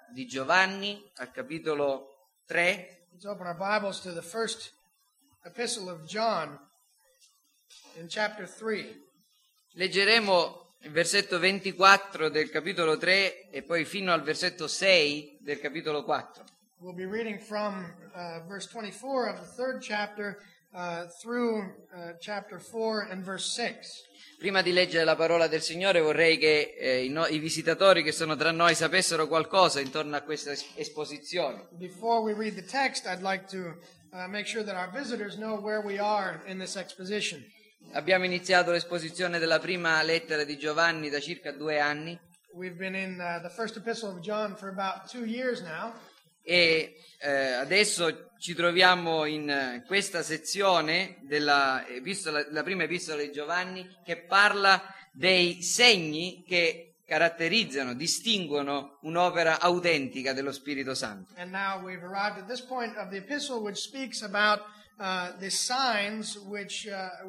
di Giovanni, al capitolo 3. Let's open our Bibles to the first epistle of John in chapter 3. Leggeremo il versetto 24 del capitolo 3 e poi fino al versetto 6 del capitolo 4. We'll be reading from verse 24 of the third chapter through chapter 4 and verse 6. Prima di leggere la parola del Signore vorrei che i visitatori che sono tra noi sapessero qualcosa intorno a questa esposizione. Before we read the text, I'd like to make sure that our visitors know where we are in this exposition. Abbiamo iniziato l'esposizione della prima lettera di Giovanni da circa 2 anni We've been in the first epistle of John for about 2 years now. e adesso ci troviamo in questa sezione della prima epistola di Giovanni che parla dei segni che caratterizzano, distinguono un'opera autentica dello Spirito Santo. And now we've arrived at this point of the epistle which speaks about the signs which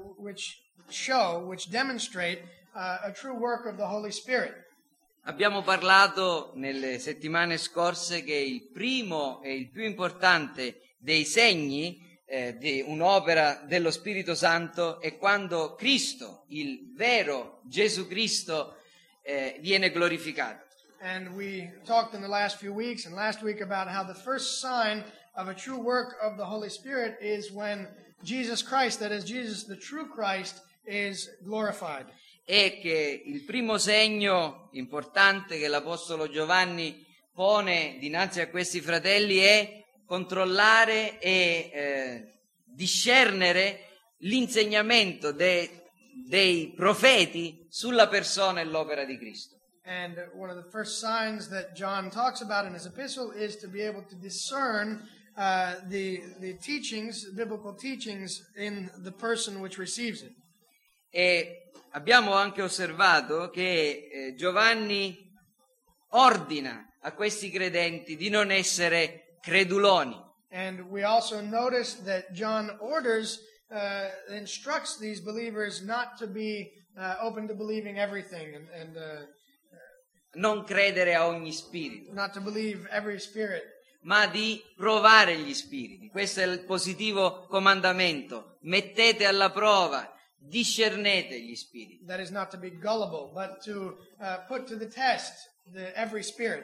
demonstrate a true work of the Holy Spirit. Abbiamo parlato nelle settimane scorse che il primo e il più importante dei segni di un'opera dello Spirito Santo è quando Cristo, il vero Gesù Cristo, viene glorificato. And we talked in the last few weeks and last week about how the first sign of a true work of the Holy Spirit is when Jesus Christ, that is Jesus, the true Christ, is glorified. E che il primo segno importante che l'Apostolo Giovanni pone dinanzi a questi fratelli è controllare e discernere l'insegnamento dei profeti sulla persona e l'opera di Cristo. And one of the first signs that John talks about in his epistle is to be able to discern the teachings, biblical teachings, in the person which receives it. E abbiamo anche osservato che Giovanni ordina a questi credenti di non essere creduloni. And we also noticed that John instructs these believers not to be open to believing everything and Non credere a ogni spirito, not to believe every spirit, ma di provare gli spiriti. Questo è il positivo comandamento. Mettete alla prova, discernete gli spiriti. that is not to be gullible, but to put to the test every spirit.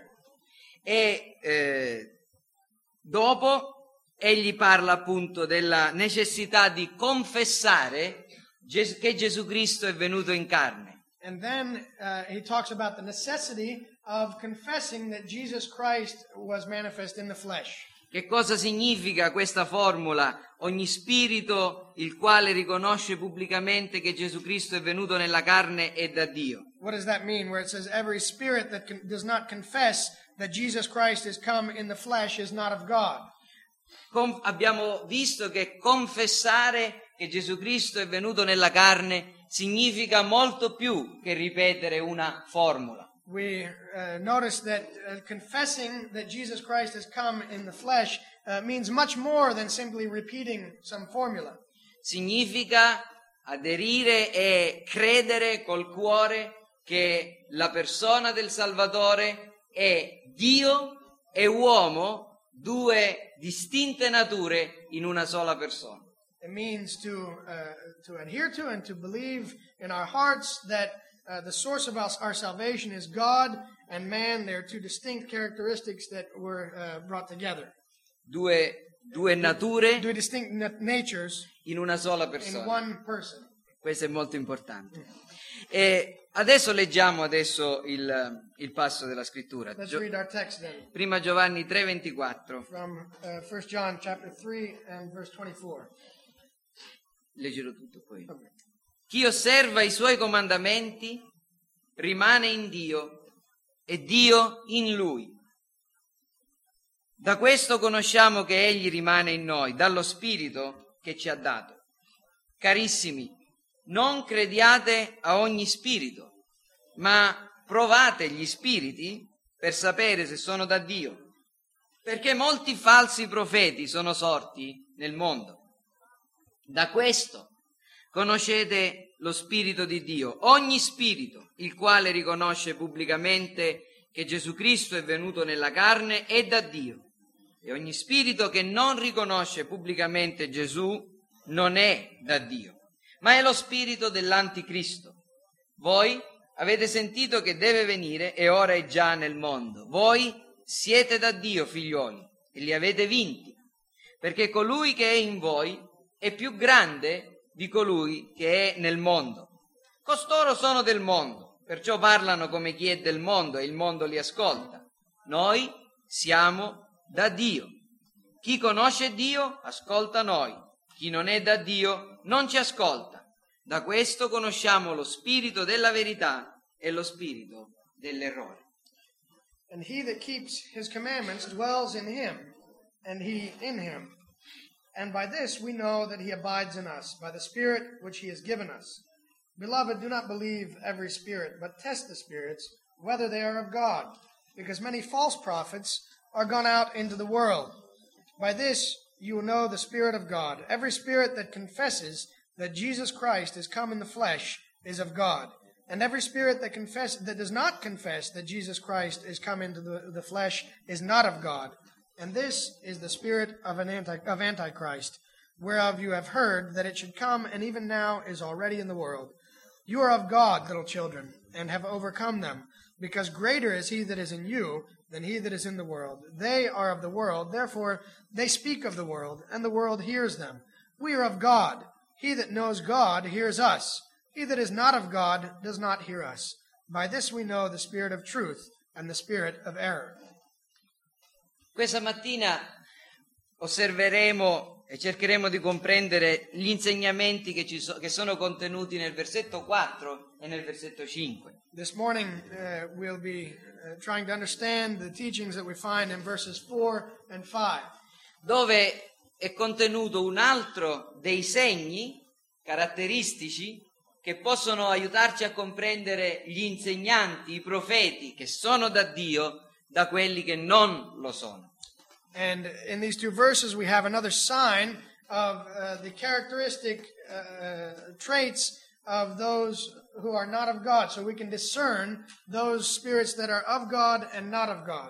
E dopo egli parla appunto della necessità di confessare che Gesù Cristo è venuto in carne. And then he talks about the necessity of confessing that Jesus Christ was manifest in the flesh. Che cosa significa questa formula? Ogni spirito il quale riconosce pubblicamente che Gesù Cristo è venuto nella carne è da Dio. What does that mean? Where it says every spirit that does not confess that Jesus Christ is come in the flesh is not of God. Abbiamo visto che confessare che Gesù Cristo è venuto nella carne significa molto più che ripetere una formula. We notice that confessing that Jesus Christ has come in the flesh means much more than simply repeating some formula. Significa aderire e credere col cuore che la persona del Salvatore è Dio e uomo, due distinte nature in una sola persona. It means to adhere to and to believe in our hearts that the source of our salvation is God and man. They are two distinct characteristics that were brought together. Due nature Two distinct natures in una sola in persona. one person. Questo è molto importante. E adesso leggiamo il passo della scrittura. Let's read our text then Prima Giovanni 3,24. from 1 John chapter 3 and verse 24. Leggerò tutto poi. Okay. Chi osserva i suoi comandamenti rimane in Dio e Dio in lui. Da questo conosciamo che Egli rimane in noi, dallo Spirito che ci ha dato. Carissimi, non crediate a ogni spirito, ma provate gli spiriti per sapere se sono da Dio, perché molti falsi profeti sono sorti nel mondo. Da questo conoscete lo Spirito di Dio. Ogni spirito, il quale riconosce pubblicamente che Gesù Cristo è venuto nella carne è da Dio, e ogni spirito che non riconosce pubblicamente Gesù non è da Dio, ma è lo spirito dell'anticristo. Voi avete sentito che deve venire e ora è già nel mondo. Voi siete da Dio, figlioli, e li avete vinti, perché colui che è in voi è più grande di colui che è nel mondo. Costoro sono del mondo, perciò parlano come chi è del mondo e il mondo li ascolta. Noi siamo da Dio. Chi conosce Dio ascolta noi. Chi non è da Dio non ci ascolta. Da questo conosciamo lo spirito della verità e lo spirito dell'errore. And he that keeps his commandments dwells in him, and he in him. And by this we know that he abides in us, by the Spirit which he has given us. Beloved, do not believe every spirit, but test the spirits, whether they are of God, because many false prophets are gone out into the world. By this you will know the Spirit of God. Every spirit that confesses that Jesus Christ is come in the flesh is of God. And every spirit that does not confess that Jesus Christ is come into the flesh is not of God. And this is the spirit of Antichrist, whereof you have heard that it should come, and even now is already in the world. You are of God, little children, and have overcome them, because greater is he that is in you than he that is in the world. They are of the world, therefore they speak of the world, and the world hears them. We are of God. He that knows God hears us. He that is not of God does not hear us. By this we know the spirit of truth and the spirit of error. Questa mattina osserveremo e cercheremo di comprendere gli insegnamenti che sono contenuti nel versetto 4 e nel versetto 5. This morning we'll be trying to understand the teachings that we find in verses 4 and 5. Dove è contenuto un altro dei segni caratteristici che possono aiutarci a comprendere gli insegnanti, i profeti che sono da Dio da quelli che non lo sono. And in these two verses we have another sign of the characteristic traits of those who are not of God, so we can discern those spirits that are of God and not of God.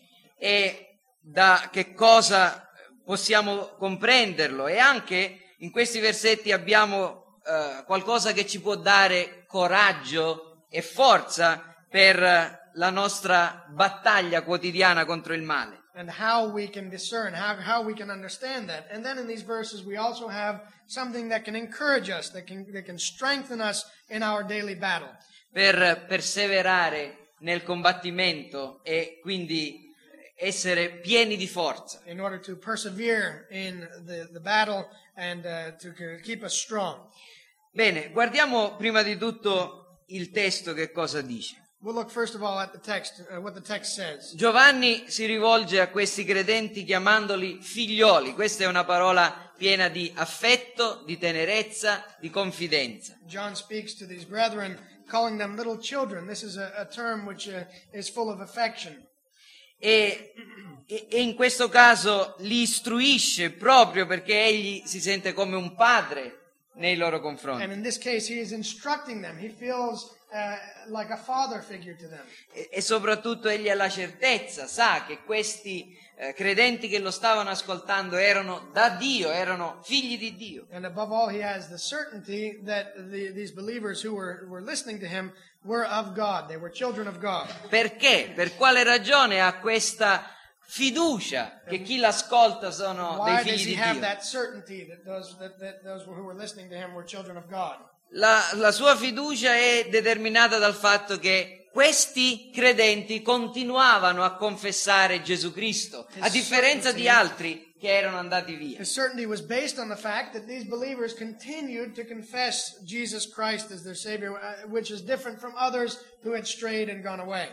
E da che cosa possiamo comprenderlo? E anche in questi versetti abbiamo qualcosa che ci può dare coraggio e forza per la nostra battaglia quotidiana contro il male. And how we can discern, how we can understand that. And then in these verses we also have something that can encourage us, that can strengthen us in our daily battle. Per perseverare nel combattimento e quindi essere pieni di forza. In order to persevere in the battle and to keep us strong. Bene, guardiamo prima di tutto il testo che cosa dice. We'll look first of all at the text, what the text says. Giovanni si rivolge a questi credenti chiamandoli figlioli. Questa è una parola piena di affetto, di tenerezza, di confidenza. John speaks to these brethren, calling them little children. This is a term which is full of affection. E in questo caso li istruisce proprio perché egli si sente come un padre nei loro confronti. And in this case he is instructing them. He feels like a father figure to them. E soprattutto egli ha la certezza, sa che questi credenti che lo stavano ascoltando erano da Dio, erano figli di Dio. And above all, he has the certainty that these believers who were listening to him were of God. They were children of God. Perché? Per quale ragione ha questa fiducia che chi l'ascolta sono dei Why figli does he di have Dio? that certainty that those who were listening to him were children of God? La sua fiducia è determinata dal fatto che questi credenti continuavano a confessare Gesù Cristo, a differenza di altri che erano andati via. His certainty was based on the fact that these believers continued to confess Jesus Christ as their Savior, which is different from others who had strayed and gone away.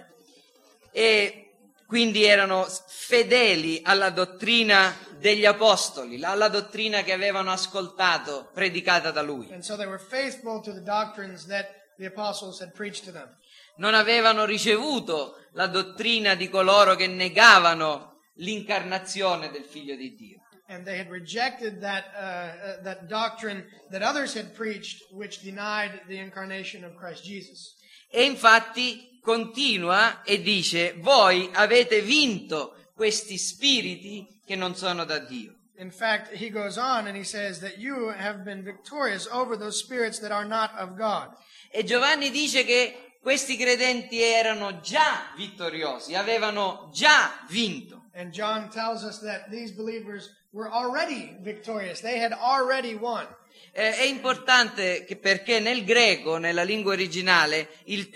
E quindi erano fedeli alla dottrina degli apostoli, alla dottrina che avevano ascoltato, predicata da lui. And so they were faithful to the doctrines that the apostles had preached to them. Non avevano ricevuto la dottrina di coloro che negavano l'incarnazione del Figlio di Dio. And they had rejected that doctrine that others had preached, which denied the incarnation of Christ Jesus. E infatti continua e dice: voi avete vinto questi spiriti che non sono da Dio. In fact, he goes on and he says that you have been victorious over those spirits that are not of God. E Giovanni dice che questi credenti erano già vittoriosi, avevano già vinto. And John tells us that these believers were already victorious. They had already won. È importante perché nel greco, nella lingua originale, il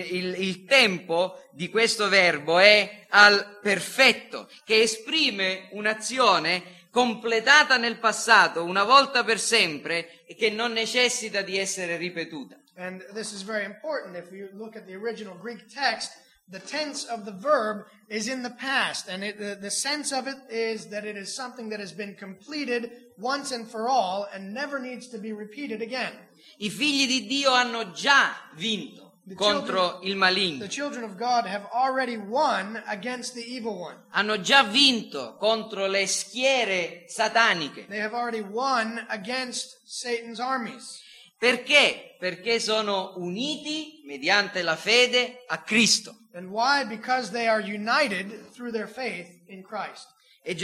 tempo di questo verbo è al perfetto, che esprime un'azione completata nel passato, una volta per sempre, e che non necessita di essere ripetuta. And this is very important. If you look at the original Greek text, the tense of the verb is in the past, and the sense of it is that it is something that has been completed once and for all and never needs to be repeated again. I figli di Dio hanno già vinto contro il maligno. The children of God have already won against the evil one. Hanno già vinto contro le schiere sataniche. They have already won against Satan's armies. Perché? Perché sono uniti mediante la fede a Cristo. And why? Because they are united through their faith in Christ. E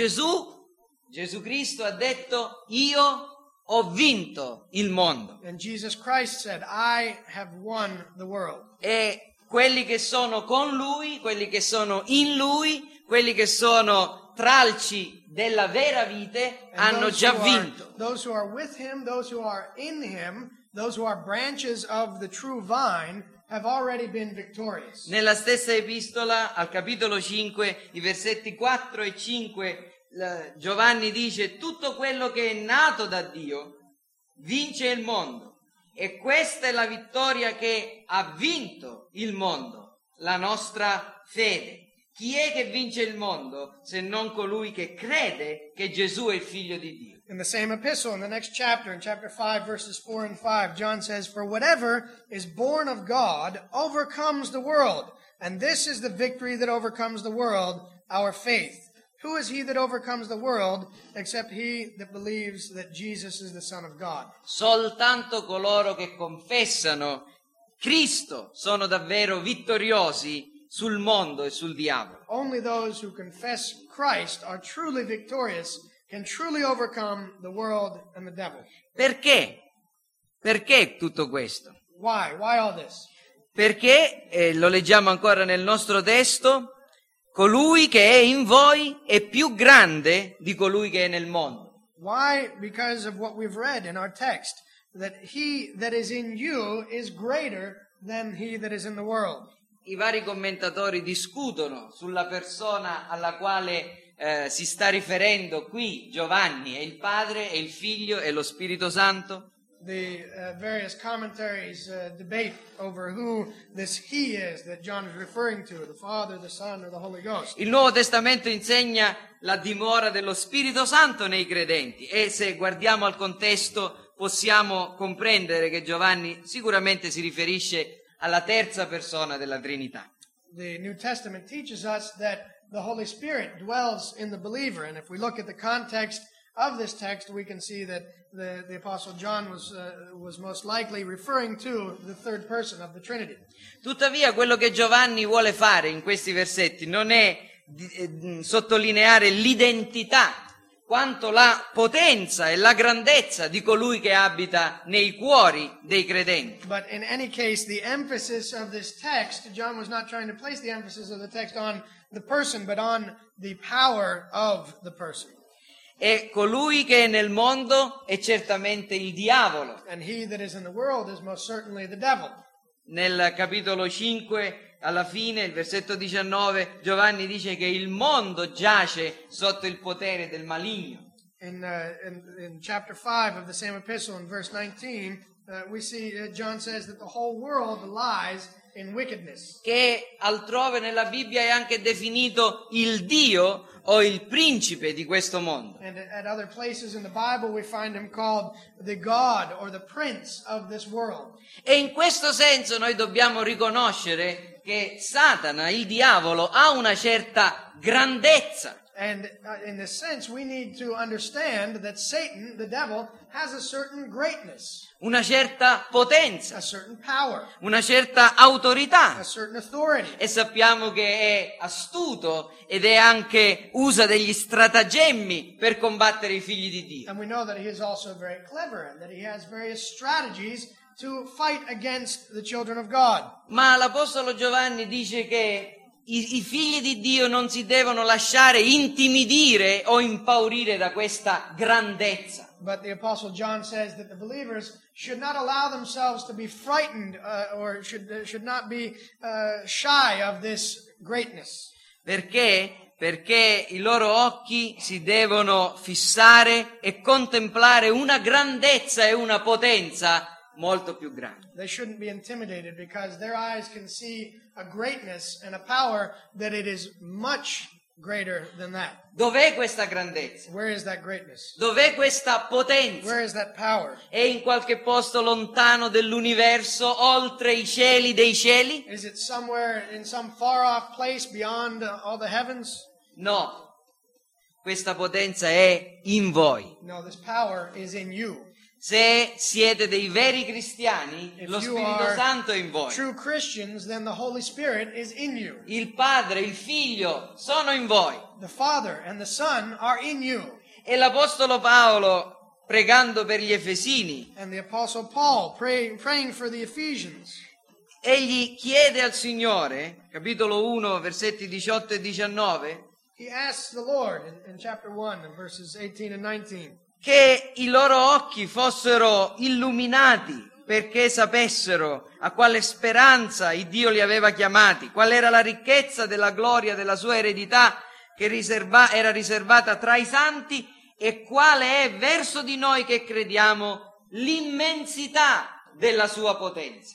Gesù Cristo ha detto: io ho vinto il mondo. And Jesus Christ said, I have won the world. E quelli che sono con Lui, quelli che sono in Lui, quelli che sono tralci della vera vite, hanno già vinto. Those who are with Him, those who are in Him, those who are branches of the true vine, have already been victorious. Nella stessa epistola, al capitolo 5, i versetti 4 e 5, Giovanni dice: tutto quello che è nato da Dio vince il mondo, e questa è la vittoria che ha vinto il mondo, la nostra fede. Chi è che vince il mondo se non colui che crede che Gesù è il figlio di Dio? In the same epistle, in the next chapter, in chapter 5, verses 4 and 5, John says, for whatever is born of God overcomes the world, and this is the victory that overcomes the world, our faith. Who is he that overcomes the world, except he that believes that Jesus is the Son of God? Soltanto coloro che confessano Cristo sono davvero vittoriosi sul mondo e sul diavolo. Only those who confess Christ are truly victorious, can truly overcome the world and the devil. Perché? Perché tutto questo? Why? Why all this? Perché, lo leggiamo ancora nel nostro testo, colui che è in voi è più grande di colui che è nel mondo. Why? Because of what we've read in our text, that he that is in you is greater than he that is in the world. I vari commentatori discutono sulla persona alla quale si sta riferendo qui Giovanni: è il Padre, è il Figlio, è lo Spirito Santo. The various commentaries debate over who this he is that John is referring to, the Father, the Son, or the Holy Ghost. Il Nuovo Testamento insegna la dimora dello Spirito Santo nei credenti, e se guardiamo al contesto possiamo comprendere che Giovanni sicuramente si riferisce alla terza persona della Trinità. The New Testament teaches us that the Holy Spirit dwells in the believer, and if we look at the context of this text, we can see that the Apostle John was most likely referring to the third person of the Trinity. Tuttavia, quello che Giovanni vuole fare in questi versetti non è sottolineare l'identità, quanto la potenza e la grandezza di colui che abita nei cuori dei credenti. But in any case, the emphasis of this text, John was not trying to place the emphasis of the text on the person, but on the power of the person. E colui che è nel mondo è certamente il diavolo. And he that is in the world is most certainly the devil. Nel capitolo 5, alla fine, il versetto 19, Giovanni dice che il mondo giace sotto il potere del maligno. In chapter 5 of the same epistle, in verse 19, we see John says that the whole world lies in wickedness. Che altrove nella Bibbia è anche definito il Dio o il principe di questo mondo. And at other places in the Bible we find him called the God or the prince of this world. E in questo senso noi dobbiamo riconoscere che Satana, il diavolo, ha una certa grandezza. And in this sense, we need to understand that Satan, the devil, has a certain greatness, Una certa potenza, a certain power, una certa autorità. a certain authority. E sappiamo che è astuto ed è anche usa degli stratagemmi per combattere i figli di Dio. And we know that he is also very clever and that he has various strategies to fight against the children of God. Ma l'Apostolo Giovanni dice che i figli di Dio non si devono lasciare intimidire o impaurire da questa grandezza. But the Apostle John says that the believers should not allow themselves to be frightened or should not be shy of this greatness. Perché? Perché i loro occhi si devono fissare e contemplare una grandezza e una potenza molto più grande. They shouldn't be intimidated because their eyes can see a greatness and a power that it is much greater than that. Dov'è questa grandezza? Where is that greatness? Dov'è questa potenza? Where is that power? È in qualche posto lontano dell'universo, oltre i cieli dei cieli? Is it somewhere in some far off place beyond all the heavens? No, questa potenza è in voi. No, this power is in you. Se siete dei veri cristiani, If lo you Spirito are Santo è in voi. true Christians, then the Holy Spirit is in you. Il Padre, il Figlio sono in voi. The Father and the Son are in you. E l'Apostolo Paolo, pregando per gli Efesini, And the Apostle Paul, praying for the Ephesians, egli chiede al Signore, capitolo 1, versetti 18 e 19, he asks the Lord in chapter 1, in verses 18 and 19, che i loro occhi fossero illuminati perché sapessero a quale speranza il Dio li aveva chiamati, qual era la ricchezza della gloria della sua eredità che era riservata tra i santi e quale è verso di noi che crediamo l'immensità della sua potenza.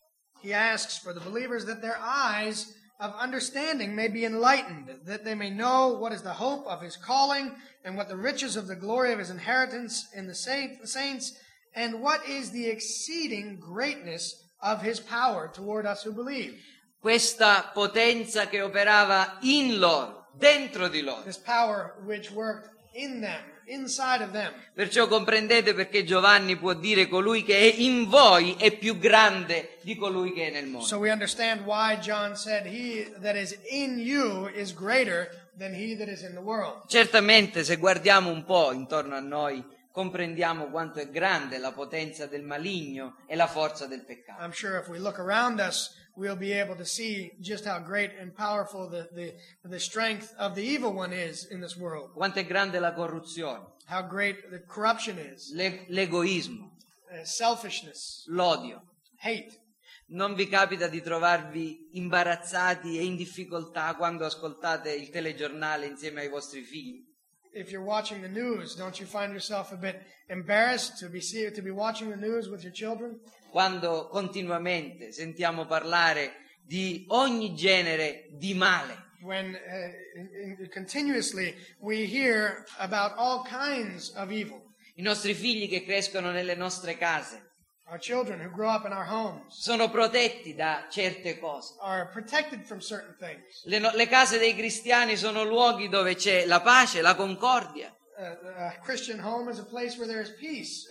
he asks for the believers that their eyes of understanding may be enlightened, that they may know what is the hope of his calling, and what the riches of the glory of his inheritance in the saints, and what is the exceeding greatness of his power toward us who believe. Questa potenza che operava in loro, dentro di loro. This power which worked in them, inside of them. Perciò comprendete perché Giovanni può dire colui che è in voi è più grande di colui che è nel mondo. So we understand why John said, he that is in you is greater than he that is in the world. Certamente se guardiamo un po' intorno a noi comprendiamo quanto è grande la potenza del maligno e la forza del peccato. I'm sure if we look around us, we'll be able to see just how great and powerful the strength of the evil one is in this world. Quanto è grande la corruzione, How great the corruption is, l'egoismo, selfishness, l'odio. hate. Non vi capita di trovarvi imbarazzati e in difficoltà quando ascoltate il telegiornale insieme ai vostri figli? If you're watching the news, don't you find yourself a bit embarrassed to be watching the news with your children? Quando continuamente sentiamo parlare di ogni genere di male, When continuously we hear about all kinds of evil. i nostri figli che crescono nelle nostre case Our children who grow up in our homes sono protetti da certe cose. are protected from certain things. Le case dei cristiani sono luoghi dove c'è la pace, la concordia. A Christian home is a place where there is peace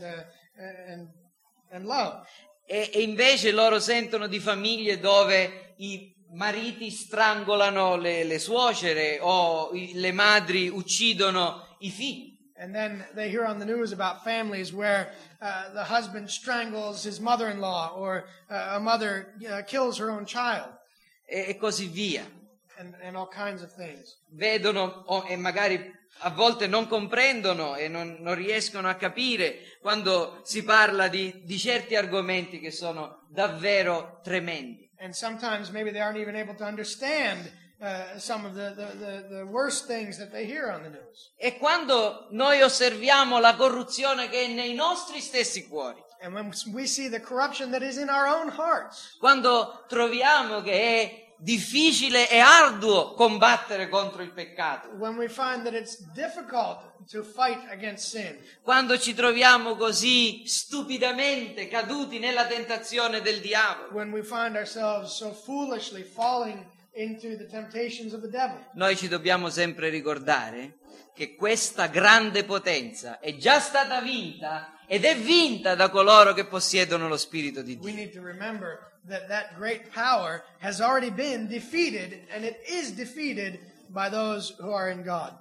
and love. E invece loro sentono di famiglie dove i mariti strangolano le suocere o le madri uccidono i figli. And then they hear on the news about families where the husband strangles his mother-in-law or a mother kills her own child E così via. and all kinds of things. Vedono e magari a volte non comprendono e non riescono a capire quando si parla di certi argomenti che sono davvero tremendi. And sometimes maybe they aren't even able to understand some of the worst things that they hear on the news. E quando noi osserviamo la corruzione che è nei nostri stessi cuori, And when we see the corruption that is in our own hearts, quando troviamo che è difficile e arduo combattere contro il peccato, when we find that it's difficult to fight against sin, quando ci troviamo così stupidamente caduti nella tentazione del diavolo, when we find ourselves so foolishly falling into the temptations of the devil. noi ci dobbiamo sempre ricordare che questa grande potenza è già stata vinta ed è vinta da coloro che possiedono lo Spirito di We Dio. need to remember that great power has already been defeated, and it is defeated by those who are in God.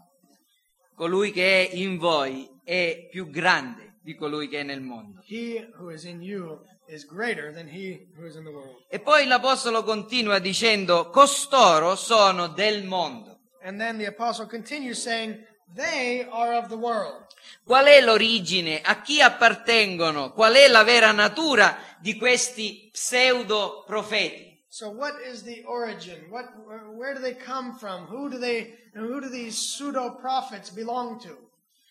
Colui che è in voi è più grande di colui che è nel mondo. He who is in you is greater than he who is in the world. E poi l'Apostolo continua dicendo, costoro sono del mondo. And then the apostle continues saying, they are of the world. Qual è l'origine? A chi appartengono? Qual è la vera natura di questi pseudo profeti? So what is the origin? Where do they come from? Who do these pseudo prophets belong to?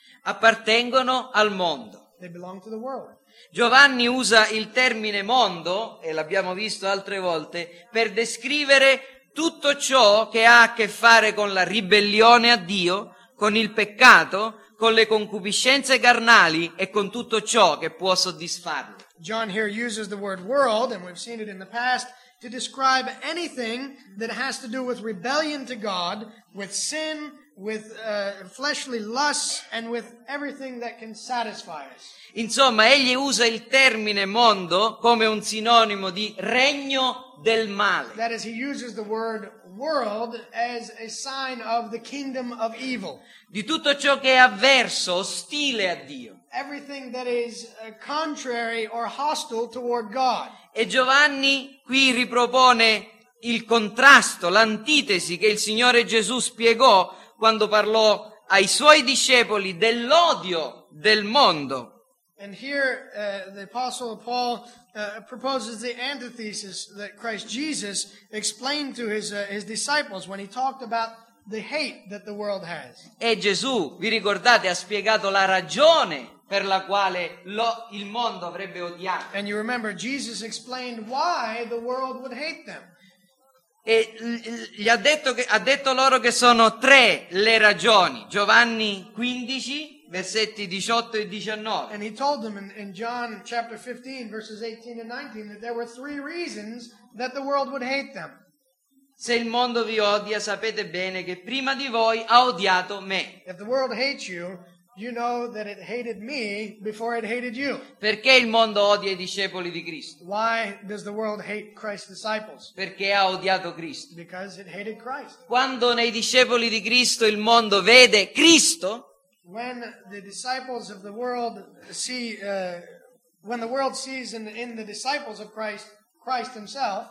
Appartengono al mondo. They belong to the world. Giovanni usa il termine mondo, e l'abbiamo visto altre volte, per descrivere tutto ciò che ha a che fare con la ribellione a Dio, con il peccato, con le concupiscenze carnali e con tutto ciò che può soddisfarlo. John here uses the word world, and we've seen it in the past, to describe anything that has to do with rebellion to God, with sin, with fleshly lusts, and with everything that can satisfy us. Insomma, egli usa il termine mondo come un sinonimo di regno del male. That is, he uses the word world as a sign of the kingdom of evil. Di tutto ciò che è avverso, ostile a Dio. Everything that is contrary or hostile toward God. E Giovanni qui ripropone il contrasto, l'antitesi che il Signore Gesù spiegò quando parlò ai suoi discepoli dell'odio del mondo. And here the Apostle Paul proposes the antithesis that Christ Jesus explained to his disciples when he talked about the hate that the world has. E Gesù, vi ricordate, ha spiegato la ragione per la quale il mondo avrebbe odiato. And you remember Jesus explained why the world would hate them. E ha detto loro che sono tre le ragioni. Giovanni 15, versetti 18 e 19. And he told them in John chapter 15, verses 18 and 19, that there were three reasons that the world would hate them. Se il mondo vi odia, sapete bene che prima di voi ha odiato me. If the world hates you, you know that it hated me before it hated you. Perché il mondo odia i discepoli di Cristo? Why does the world hate Christ's disciples? Perché ha odiato Cristo. Because it hated Christ. Quando nei discepoli di Cristo il mondo vede Cristo, When the disciples of the world see, when the world sees in the disciples of Christ himself,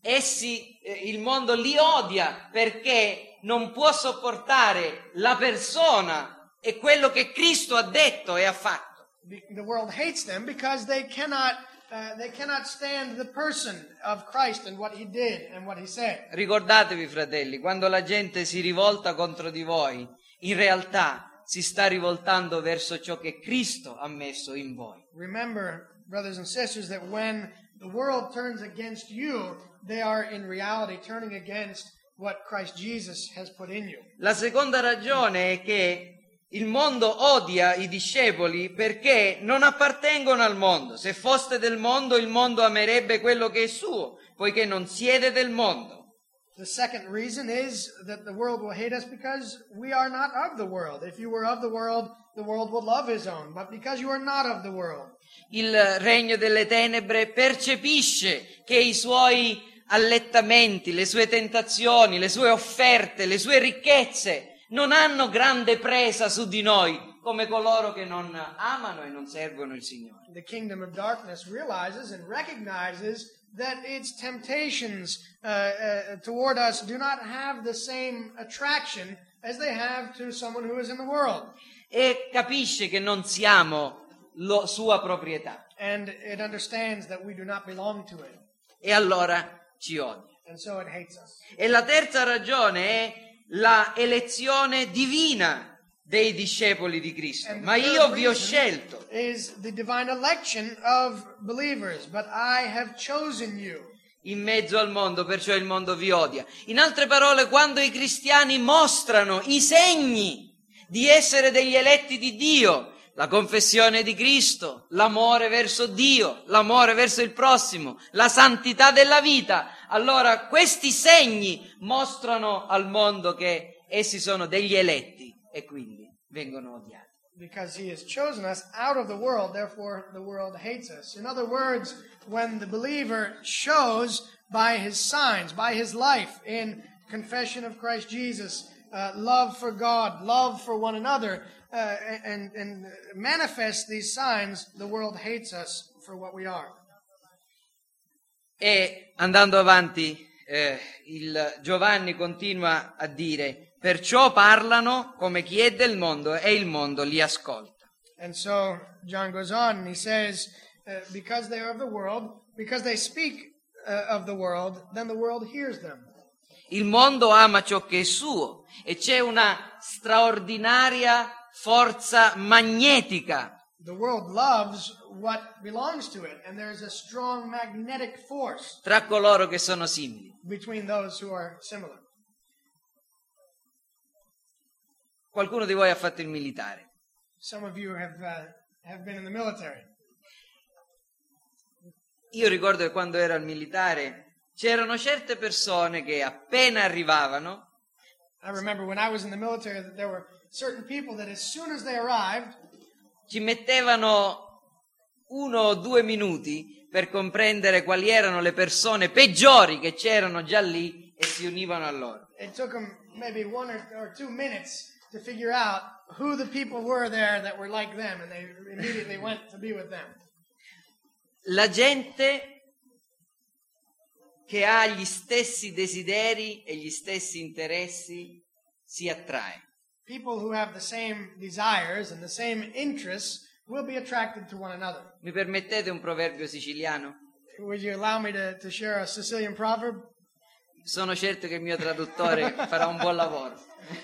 il mondo li odia perché non può sopportare la persona e quello che Cristo ha detto e ha fatto. the world hates them because they cannot stand the person of Christ and what he did and what he said. Ricordatevi, fratelli, quando la gente si rivolta contro di voi, in realtà si sta rivoltando verso ciò che Cristo ha messo in voi. Remember, brothers and sisters, that when the world turns against you, they are in reality turning against what Christ Jesus has put in you. La seconda ragione è che il mondo odia i discepoli perché non appartengono al mondo. Se foste del mondo, il mondo amerebbe quello che è suo, poiché non siete del mondo. The second reason is that the world will hate us because we are not of the world. If you were of the world would love his own. But because you are not of the world. Il regno delle tenebre percepisce che i suoi allettamenti, le sue tentazioni, le sue offerte, le sue ricchezze non hanno grande presa su di noi come coloro che non amano e non servono il Signore. The kingdom of darkness realizes and recognizes that its temptations toward us do not have the same attraction as they have to someone who is in the world. E capisce che non siamo sua proprietà. And it understands that we do not belong to it. E allora ci odia. And so it hates us. E la terza ragione è la elezione divina dei discepoli di Cristo. And the Ma third io vi ho reason scelto. is the divine election of believers, but I have chosen you. in mezzo al mondo, perciò il mondo vi odia. In altre parole, quando i cristiani mostrano i segni di essere degli eletti di Dio, la confessione di Cristo, l'amore verso Dio, l'amore verso il prossimo, la santità della vita, allora questi segni mostrano al mondo che essi sono degli eletti e quindi vengono odiati. Because he has chosen us out of the world, therefore the world hates us. In other words, when the believer shows by his signs, by his life in confession of Christ Jesus, love for God, love for one another, and manifests these signs, the world hates us for what we are. E andando avanti, il Giovanni continua a dire: perciò parlano come chi è del mondo e il mondo li ascolta. And so John goes on and he says, because they are of the world, because they speak of the world, then the world hears them. Il mondo ama ciò che è suo e c'è una straordinaria forza magnetica The world loves what belongs to it, and there's a strong magnetic force tra coloro che sono simili. between those who are similar. Qualcuno di voi ha fatto il militare. Some of you have been in the military. Io ricordo che quando ero al militare c'erano certe persone che appena arrivavano I remember when I was in the military that there were certain people that as soon as they arrived, ci mettevano 1 o 2 minuti per comprendere quali erano le persone peggiori che c'erano già lì e si univano a loro. it took them maybe 1 or 2 minutes to figure out who the people were there that were like them, and they immediately went to be with them. La gente che ha gli stessi desideri e gli stessi interessi si attrae. People who have the same desires and the same interests will be attracted to one another. Mi permettete un proverbio siciliano? Would you allow me to share a Sicilian proverb? Sono certo che il mio traduttore farà un buon lavoro.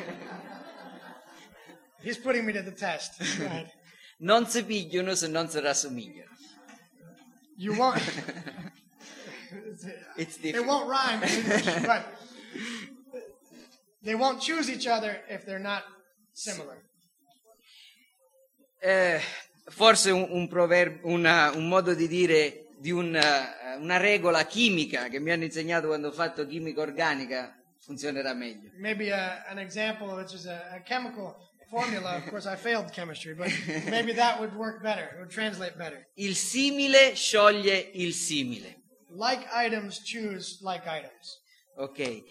He's putting me to the test. Right. Non si pigliano se non si rassomigliano. You won't. It's It difficult. won't rhyme in English, but they won't choose each other if they're not similar. Forse un proverbio, un modo di dire di una regola chimica che mi hanno insegnato quando ho fatto chimica organica funzionerà meglio. Maybe an example, which is a chemical formula. Of course, I failed chemistry, but maybe that would work better. It would translate better. Il simile scioglie il simile. Like items choose like items. Ok?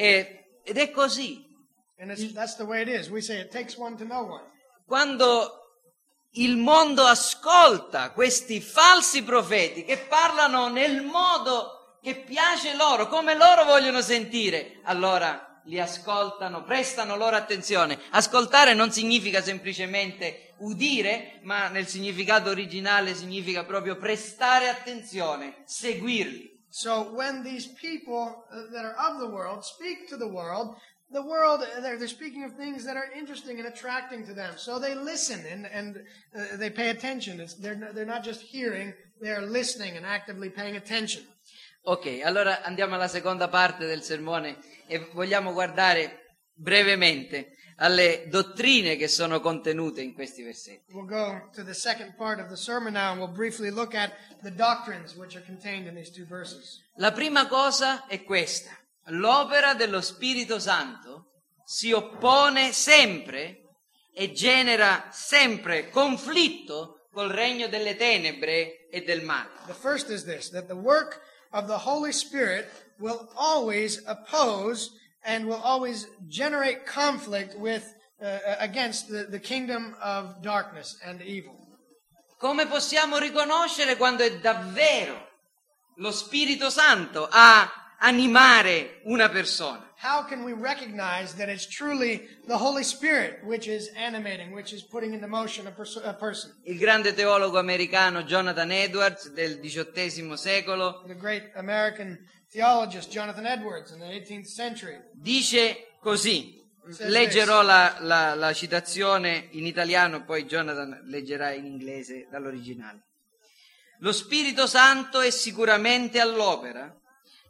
Ed è così. And that's the way it is. We say it takes one to know one. Quando il mondo ascolta questi falsi profeti che parlano nel modo che piace loro, come loro vogliono sentire, allora li ascoltano, prestano loro attenzione. Ascoltare non significa semplicemente udire, ma nel significato originale significa proprio prestare attenzione, seguirli. So when these people that are of the world speak to the world, they're speaking of things that are interesting and attracting to them. So they listen and they pay attention. They're not just hearing, they're listening and actively paying attention. Ok, allora andiamo alla seconda parte del sermone e vogliamo guardare brevemente alle dottrine che sono contenute in questi versetti. We'll go to the second part of the sermon now, and we'll briefly look at the doctrines which are contained in these 2 verses. La prima cosa è questa: l'opera dello Spirito Santo si oppone sempre e genera sempre conflitto col regno delle tenebre e del male. The first is this, that the work of the Holy Spirit will always oppose and will always generate conflict with against the kingdom of darkness and evil. Come possiamo riconoscere quando è davvero lo Spirito Santo a animare una persona? How can we recognize that it's truly the Holy Spirit which is animating, which is putting into motion a person? Il grande teologo americano Jonathan Edwards del XVIII secolo The great American theologist Jonathan Edwards in the 18th century dice così. Says Leggerò la citazione in italiano, poi Jonathan leggerà in inglese dall'originale. Lo Spirito Santo è sicuramente all'opera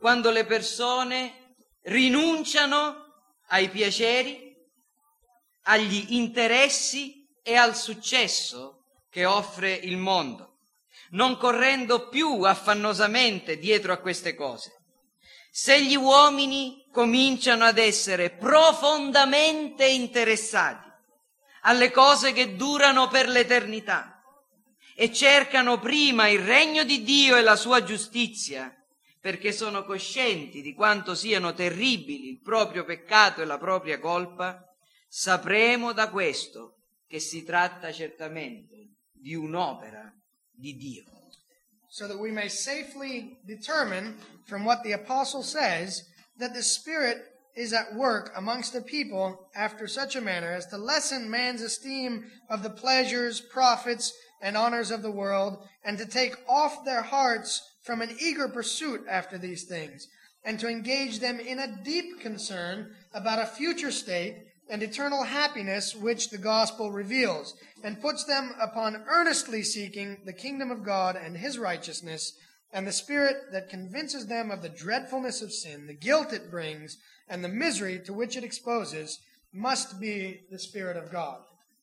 quando le persone rinunciano ai piaceri, agli interessi e al successo che offre il mondo, non correndo più affannosamente dietro a queste cose. Se gli uomini cominciano ad essere profondamente interessati alle cose che durano per l'eternità e cercano prima il regno di Dio e la sua giustizia, perché sono coscienti di quanto siano terribili il proprio peccato e la propria colpa, sapremo da questo che si tratta certamente di un'opera di Dio. So that we may safely determine from what the apostle says that the Spirit is at work amongst the people after such a manner as to lessen man's esteem of the pleasures, profits, and honors of the world, and to take off their hearts from an eager pursuit after these things, and to engage them in a deep concern about a future state and eternal happiness which the gospel reveals, and puts them upon earnestly seeking the kingdom of God and his righteousness, and the Spirit that convinces them of the dreadfulness of sin, the guilt it brings, and the misery to which it exposes, must be the Spirit of God.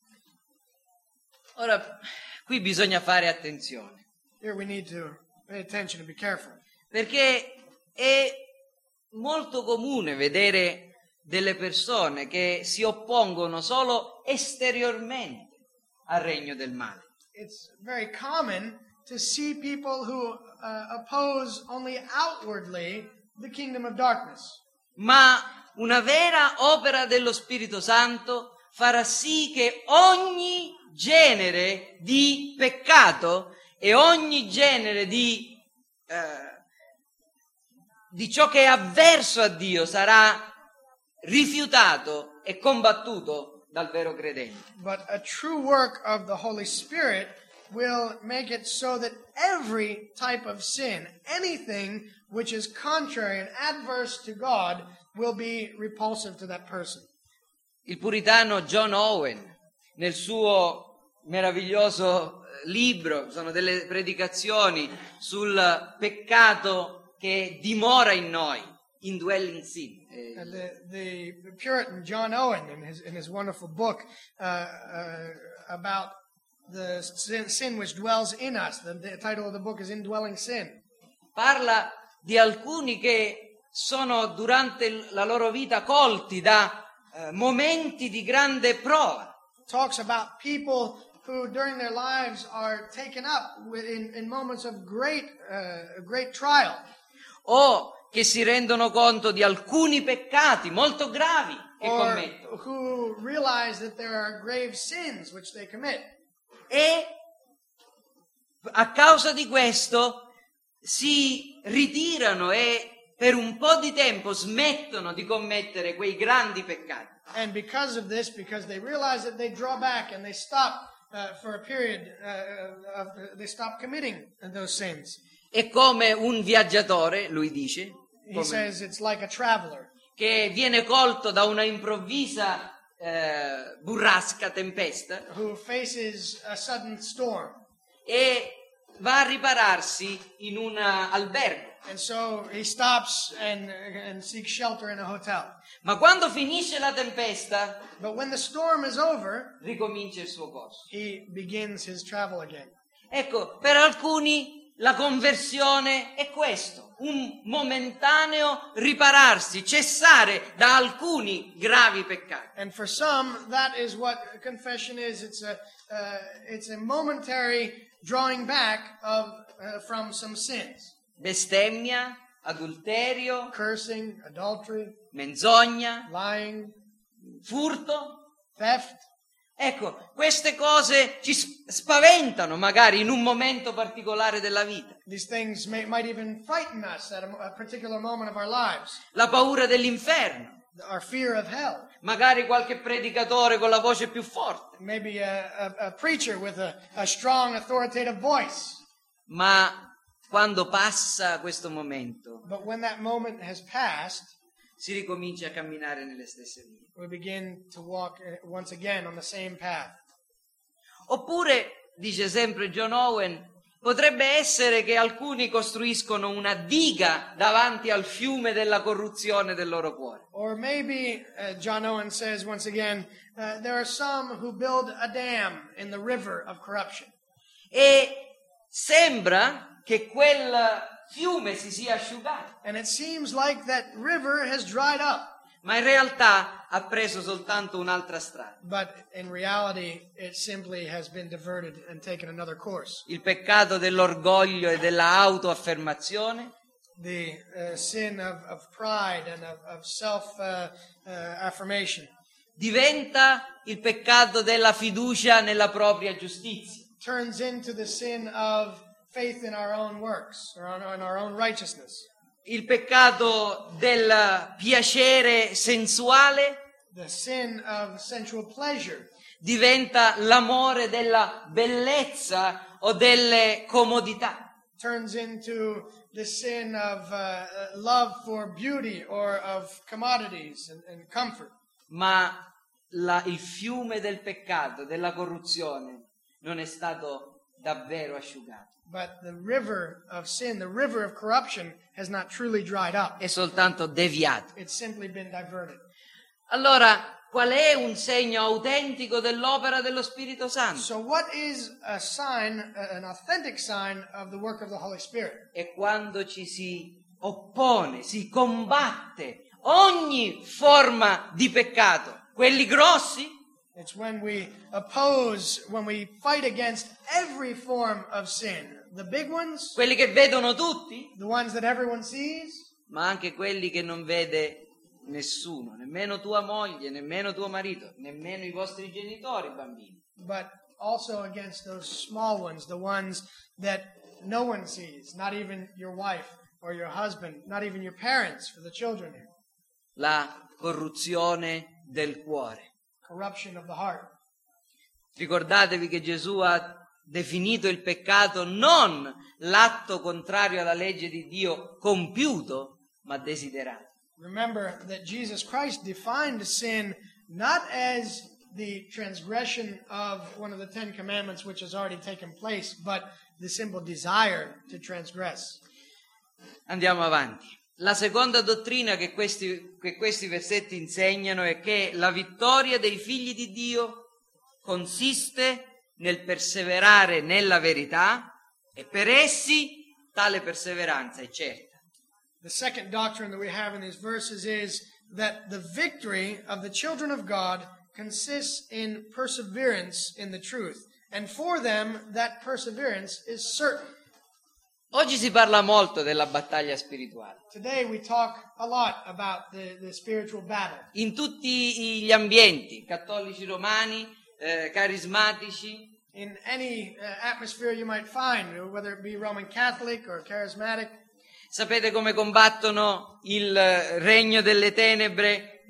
Ora, qui bisogna fare attenzione, Here we need to pay attention and be careful. perché è molto comune vedere delle persone che si oppongono solo esteriormente al regno del male. It's very common to see people who oppose only outwardly the kingdom of darkness. Ma una vera opera dello Spirito Santo farà sì che ogni genere di peccato e ogni genere di ciò che è avverso a Dio sarà rifiutato e combattuto dal vero credente. But a true work of the Holy Spirit will make it so that every type of sin, anything which is contrary and adverse to God, will be repulsive to that person. Il puritano John Owen, nel suo meraviglioso libro, sono delle predicazioni sul peccato che dimora in noi, indwelling sin. And the Puritan John Owen, in his wonderful book about the sin which dwells in us, the title of the book is Indwelling Sin. Parla di alcuni che sono durante la loro vita colti da momenti di grande prova. Talks about people who during their lives are taken up in moments of great trial. O che si rendono conto di alcuni peccati molto gravi che Or commettono who realize that there are grave sins which they commit. e a causa di questo si ritirano e per un po' di tempo smettono di commettere quei grandi peccati. And because of this, because they realize that they draw back and they stop for a period, they stop committing those sins. È come un viaggiatore, lui dice, He says it's like a traveler che viene colto da una improvvisa burrasca, tempesta, who faces a sudden storm. e va a ripararsi in un albergo. And so he stops and seeks shelter in a hotel. Ma quando finisce la tempesta, But when the storm is over, ricomincia il suo corso. he begins his travel again. Ecco, per alcuni la conversione è questo, un momentaneo ripararsi, cessare da alcuni gravi peccati. And for some, that is what confession is. It's a momentary drawing back from some sins. Bestemmia, adulterio, Cursing, adultery, menzogna, lying, furto. theft. Ecco, queste cose ci spaventano magari in un momento particolare della vita. These things might even frighten us at a particular moment of our lives. La paura dell'inferno, Our fear of hell. magari qualche predicatore con la voce più forte. Maybe a preacher with a strong, authoritative voice. Ma quando passa questo momento, But when that moment has passed, si ricomincia a camminare nelle stesse vie. we begin to walk once again on the same path. Oppure, dice sempre John Owen, Potrebbe essere che alcuni costruiscono una diga davanti al fiume della corruzione del loro cuore. Or maybe, John Owen says once again, there are some who build a dam in the river of corruption. E sembra che quel fiume si sia asciugato, And it seems like that river has dried up. ma in realtà ha preso soltanto un'altra strada. But in reality, it simply has been diverted and taken another course. Il peccato dell'orgoglio e della autoaffermazione, The sin of pride and of self-affirmation diventa il peccato della fiducia nella propria giustizia. turns into the sin of faith in our own works or in our own righteousness. Il peccato del piacere sensuale The sin of sensual pleasure diventa l'amore della bellezza o delle comodità. turns into the sin of love for beauty or of commodities and comfort. Ma il fiume del peccato, della corruzione, non è stato davvero asciugato. But the river of sin, the river of corruption, has not truly dried up. È soltanto deviato. It's simply been diverted. Allora, qual è un segno autentico dell'opera dello Spirito Santo? So what is a sign, an authentic sign of the work of the Holy Spirit? È quando ci si oppone, si combatte ogni forma di peccato, quelli grossi, It's when we oppose, when we fight against every form of sin. The big ones, quelli che vedono tutti, the ones that everyone sees, ma anche quelli che non vede nessuno, nemmeno tua moglie, nemmeno tuo marito, nemmeno i vostri genitori, bambini. but also against those small ones, the ones that no one sees, not even your wife or your husband, not even your parents for the children here. La corruzione del cuore. Corruption of the heart. Ricordatevi che Gesù ha definito il peccato non l'atto contrario alla legge di Dio compiuto, ma desiderato. Remember that Jesus Christ defined sin not as the transgression of one of the 10 commandments which has already taken place, but the simple desire to transgress. Andiamo avanti. La seconda dottrina che questi versetti insegnano è che la vittoria dei figli di Dio consiste nel perseverare nella verità e per essi tale perseveranza è certa. The second doctrine that we have in these verses is that the victory of the children of God consists in perseverance in the truth. And for them, that perseverance is certain. Oggi si parla molto della battaglia spirituale. Today we talk a lot about the spiritual battle. In tutti gli ambienti, cattolici romani, carismatici, In any atmosphere you might find, whether it be Roman Catholic or charismatic. sapete come combattono il regno delle tenebre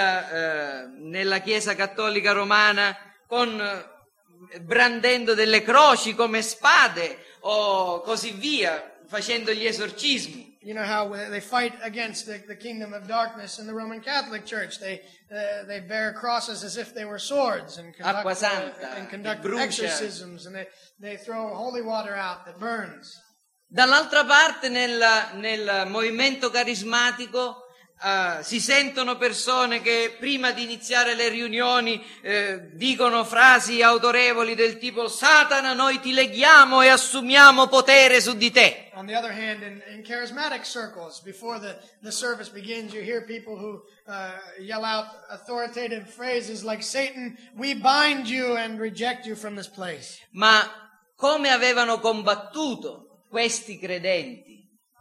nella Chiesa cattolica romana brandendo delle croci come spade o così via, facendo gli esorcismi. You know how they fight against the kingdom of darkness in the Roman Catholic Church. They bear crosses as if they were swords and Acqua santa, conduct che brucia. exorcisms, and they throw holy water out that burns. Dall'altra parte nel movimento carismatico si sentono persone che prima di iniziare le riunioni dicono frasi autorevoli del tipo: Satana, noi ti leghiamo e assumiamo potere su di te. On the other hand, in charismatic circles, before the service begins, you hear people who yell out authoritative phrases like, Satan, we bind you and reject you from this place. Ma come avevano combattuto questi credenti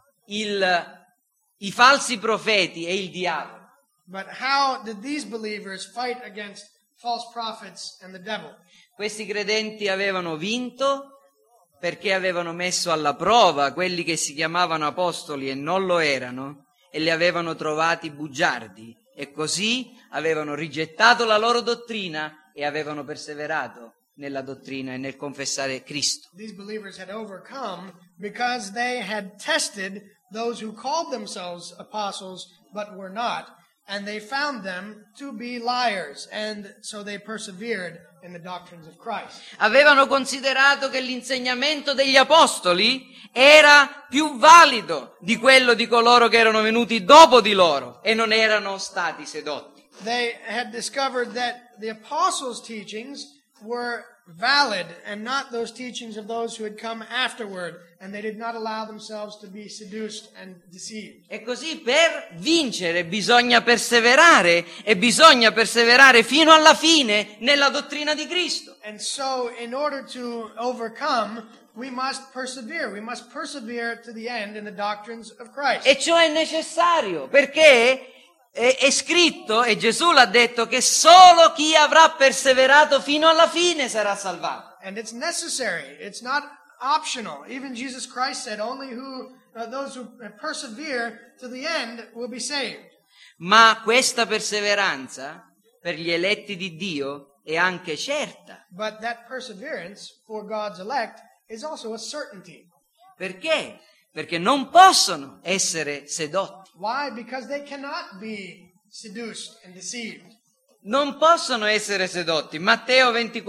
i falsi profeti e il diavolo? But how did these believers fight against false prophets and the devil? Questi credenti avevano vinto perché avevano messo alla prova quelli che si chiamavano apostoli e non lo erano e li avevano trovati bugiardi e così avevano rigettato la loro dottrina e avevano perseverato nella dottrina e nel confessare Cristo. These believers had overcome because they had tested those who called themselves apostles but were not, And they found them to be liars, and so they persevered in the doctrines of Christ. Avevano considerato che l'insegnamento degli apostoli era più valido di quello di coloro che erano venuti dopo di loro e non erano stati sedotti. They had discovered that the apostles' teachings were valid and not those teachings of those who had come afterward, and they did not allow themselves to be seduced and deceived. E così per vincere bisogna perseverare e bisogna perseverare fino alla fine nella dottrina di Cristo. And so, in order to overcome, we must persevere. We must persevere to the end in the doctrines of Christ. E ciò è necessario perché è scritto, e Gesù l'ha detto, che solo chi avrà perseverato fino alla fine sarà salvato. And it's necessary. It's not optional. Even Jesus Christ said, only those who persevere to the end will be saved. Ma questa perseveranza per gli eletti di Dio è anche certa. But that perseverance for God's elect is also a certainty. Perché? Perché non possono essere sedotti. Why? Because they cannot be seduced and deceived. Non possono essere sedotti. Matteo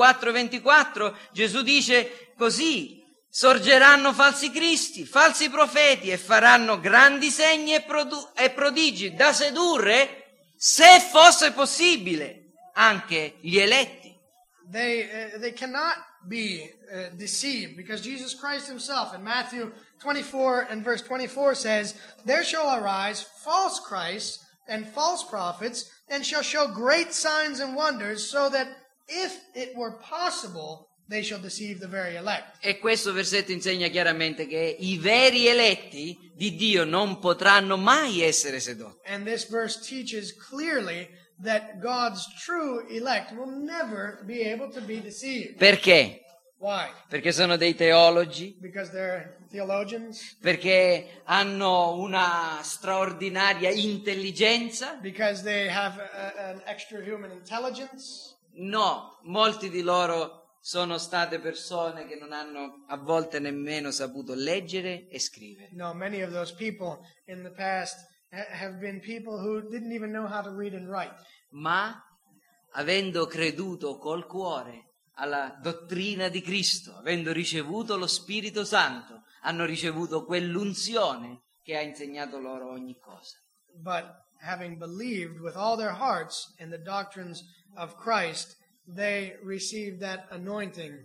24:24, Gesù dice così: sorgeranno falsi cristi, falsi profeti e faranno grandi segni e prodigi da sedurre, se fosse possibile, anche gli eletti. They cannot be deceived, because Jesus Christ himself in Matthew 24 and verse 24 says, there shall arise false Christs and false prophets, and shall show great signs and wonders, so that if it were possible, they shall deceive the very elect. E questo versetto insegna chiaramente che i veri eletti di Dio non potranno mai essere sedotti. And this verse teaches clearly that God's true elect will never be able to be deceived. Perché? Why? Perché sono dei teologi, Because they're theologians? perché hanno una straordinaria intelligenza? Because they have an extra human intelligence? No, molti di loro sono state persone che non hanno a volte nemmeno saputo leggere e scrivere. No, many of those people in the past have been people who didn't even know how to read and write. Ma avendo creduto col cuore alla dottrina di Cristo, avendo ricevuto lo Spirito Santo, hanno ricevuto quell'unzione che ha insegnato loro ogni cosa. But having believed with all their hearts in the doctrines of Christ, they received that anointing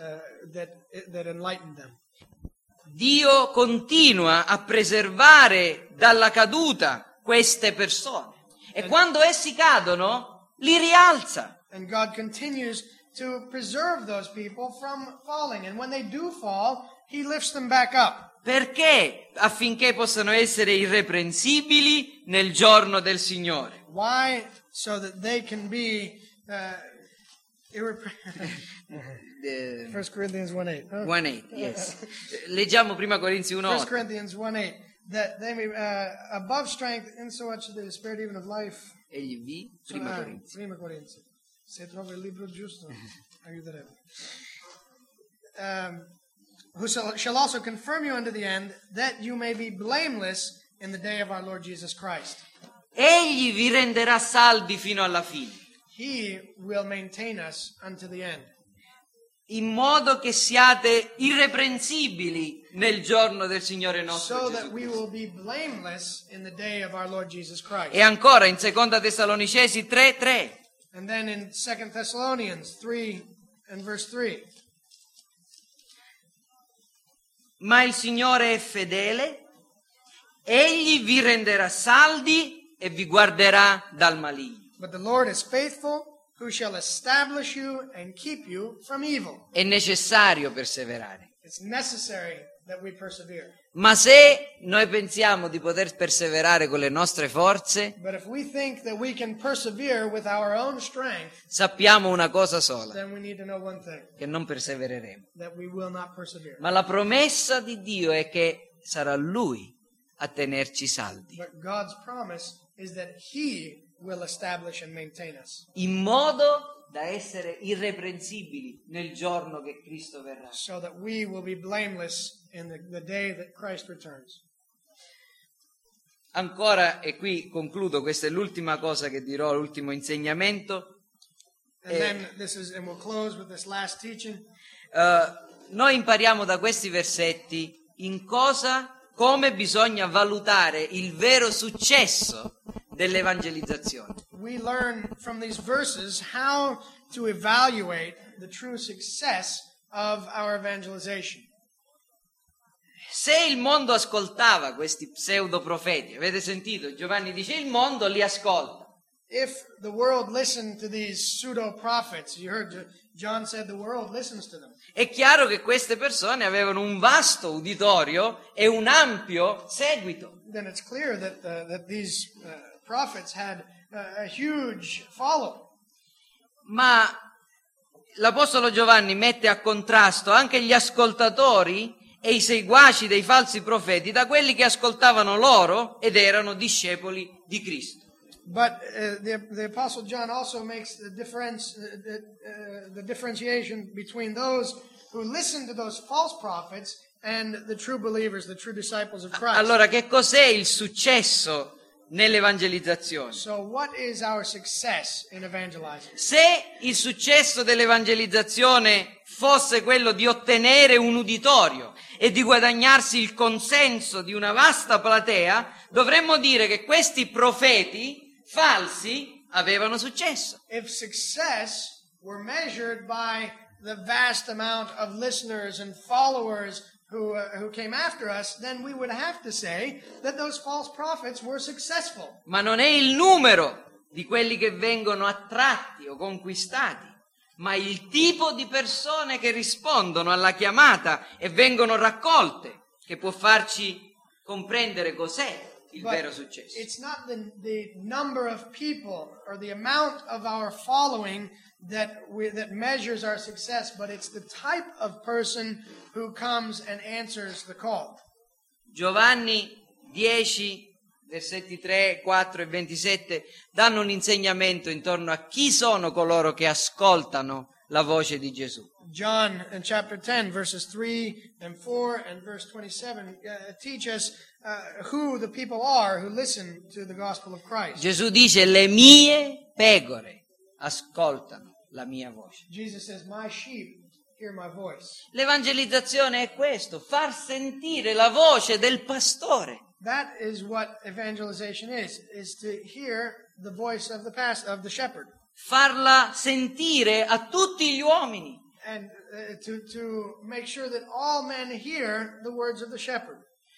that enlightened them. Dio continua a preservare dalla caduta queste persone e quando essi cadono li rialza. And God continues to preserve those people from falling. And when they do fall, He lifts them back up. Perché? Affinché possano essere irreprensibili nel giorno del Signore. Why? So that they can be 1 Corinthians 1:8. Huh? 1:8, yes. Leggiamo prima Corinzi 1 1:8. Corinthians 1:8. That they may, above strength, insomuch that the spirit even of life. Egli vi, prima Corinzi. Prima Corinzi. Se trovo il libro giusto, aiuterebbe. Who shall also confirm you unto the end, that you may be blameless in the day of our Lord Jesus Christ. Egli vi renderà saldi fino alla fine, He will maintain us unto the end, in modo che siate irreprensibili nel giorno del Signore nostro so Gesù that we Cristo. will be blameless in the day of our Lord Jesus Christ. E ancora in Seconda Tessalonicesi 3:3. And then in 2 Thessalonians 3 and verse 3. Ma il Signore è fedele, egli vi renderà saldi e vi guarderà dal maligno. But the Lord is faithful, who shall establish you and keep you from evil. È necessario perseverare. It's necessary that we persevere. Ma se noi pensiamo di poter perseverare con le nostre forze, But if we think that we can persevere with our own strength, sappiamo una cosa sola, then we need to know one thing, che non persevereremo. that we will not persevere. Ma la promessa di Dio è che sarà Lui a tenerci saldi, But God's promise is that He will establish and maintain us, in modo da essere irreprensibili nel giorno che Cristo verrà. so that we will be blameless in the day that Christ returns. Ancora, e qui concludo, questa è l'ultima cosa che dirò, l'ultimo insegnamento. And we'll close with this last teaching. Noi impariamo da questi versetti come bisogna valutare il vero successo dell'evangelizzazione. We learn from these verses how to evaluate the true success of our evangelization. Se il mondo ascoltava questi pseudoprofeti, avete sentito? Giovanni dice il mondo li ascolta. If the world listened to these pseudo-prophets, you heard John said the world listens to them. È chiaro che queste persone avevano un vasto uditorio e un ampio seguito. Then it's clear that these prophets had a huge following. Ma l'Apostolo Giovanni mette a contrasto anche gli ascoltatori e i seguaci dei falsi profeti da quelli che ascoltavano loro ed erano discepoli di Cristo. But the Apostle John also makes the differentiation between those who listen to those false prophets and the true believers, the true disciples of Christ. Allora, che cos'è il successo nell'evangelizzazione? So what is our success in evangelizing? Se il successo dell'evangelizzazione fosse quello di ottenere un uditorio e di guadagnarsi il consenso di una vasta platea, dovremmo dire che questi profeti falsi avevano successo. If success were measured by the vast amount of listeners and followers who came after us, then we would have to say that those false prophets were successful. Ma non è il numero di quelli che vengono attratti o conquistati, ma il tipo di persone che rispondono alla chiamata e vengono raccolte che può farci comprendere cos'è il vero successo. It's not the number of people or the amount of our following that measures our success, but it's the type of person who comes and answers the call. Giovanni 10, versetti 3, 4 e 27 danno un insegnamento intorno a chi sono coloro che ascoltano la voce di Gesù. John in chapter 10 verses 3 and 4 and verse 27 teach us who the people are who listen to the gospel of Christ. Gesù dice: le mie pecore ascoltano la mia voce. Jesus says, my sheep hear my voice. L'evangelizzazione è questo, far sentire la voce del pastore. That is what evangelization is to hear the voice of the shepherd. Farla sentire a tutti gli uomini. And to make sure that all men hear the words of the shepherd.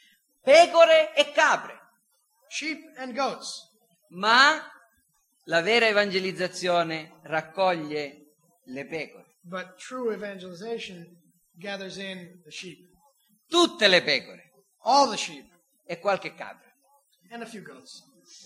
Pecore e capre. Sheep and goats. Ma la vera evangelizzazione raccoglie le pecore. But true evangelization gathers in the sheep. Tutte le pecore. All the sheep. E qualche capra. And a few goats.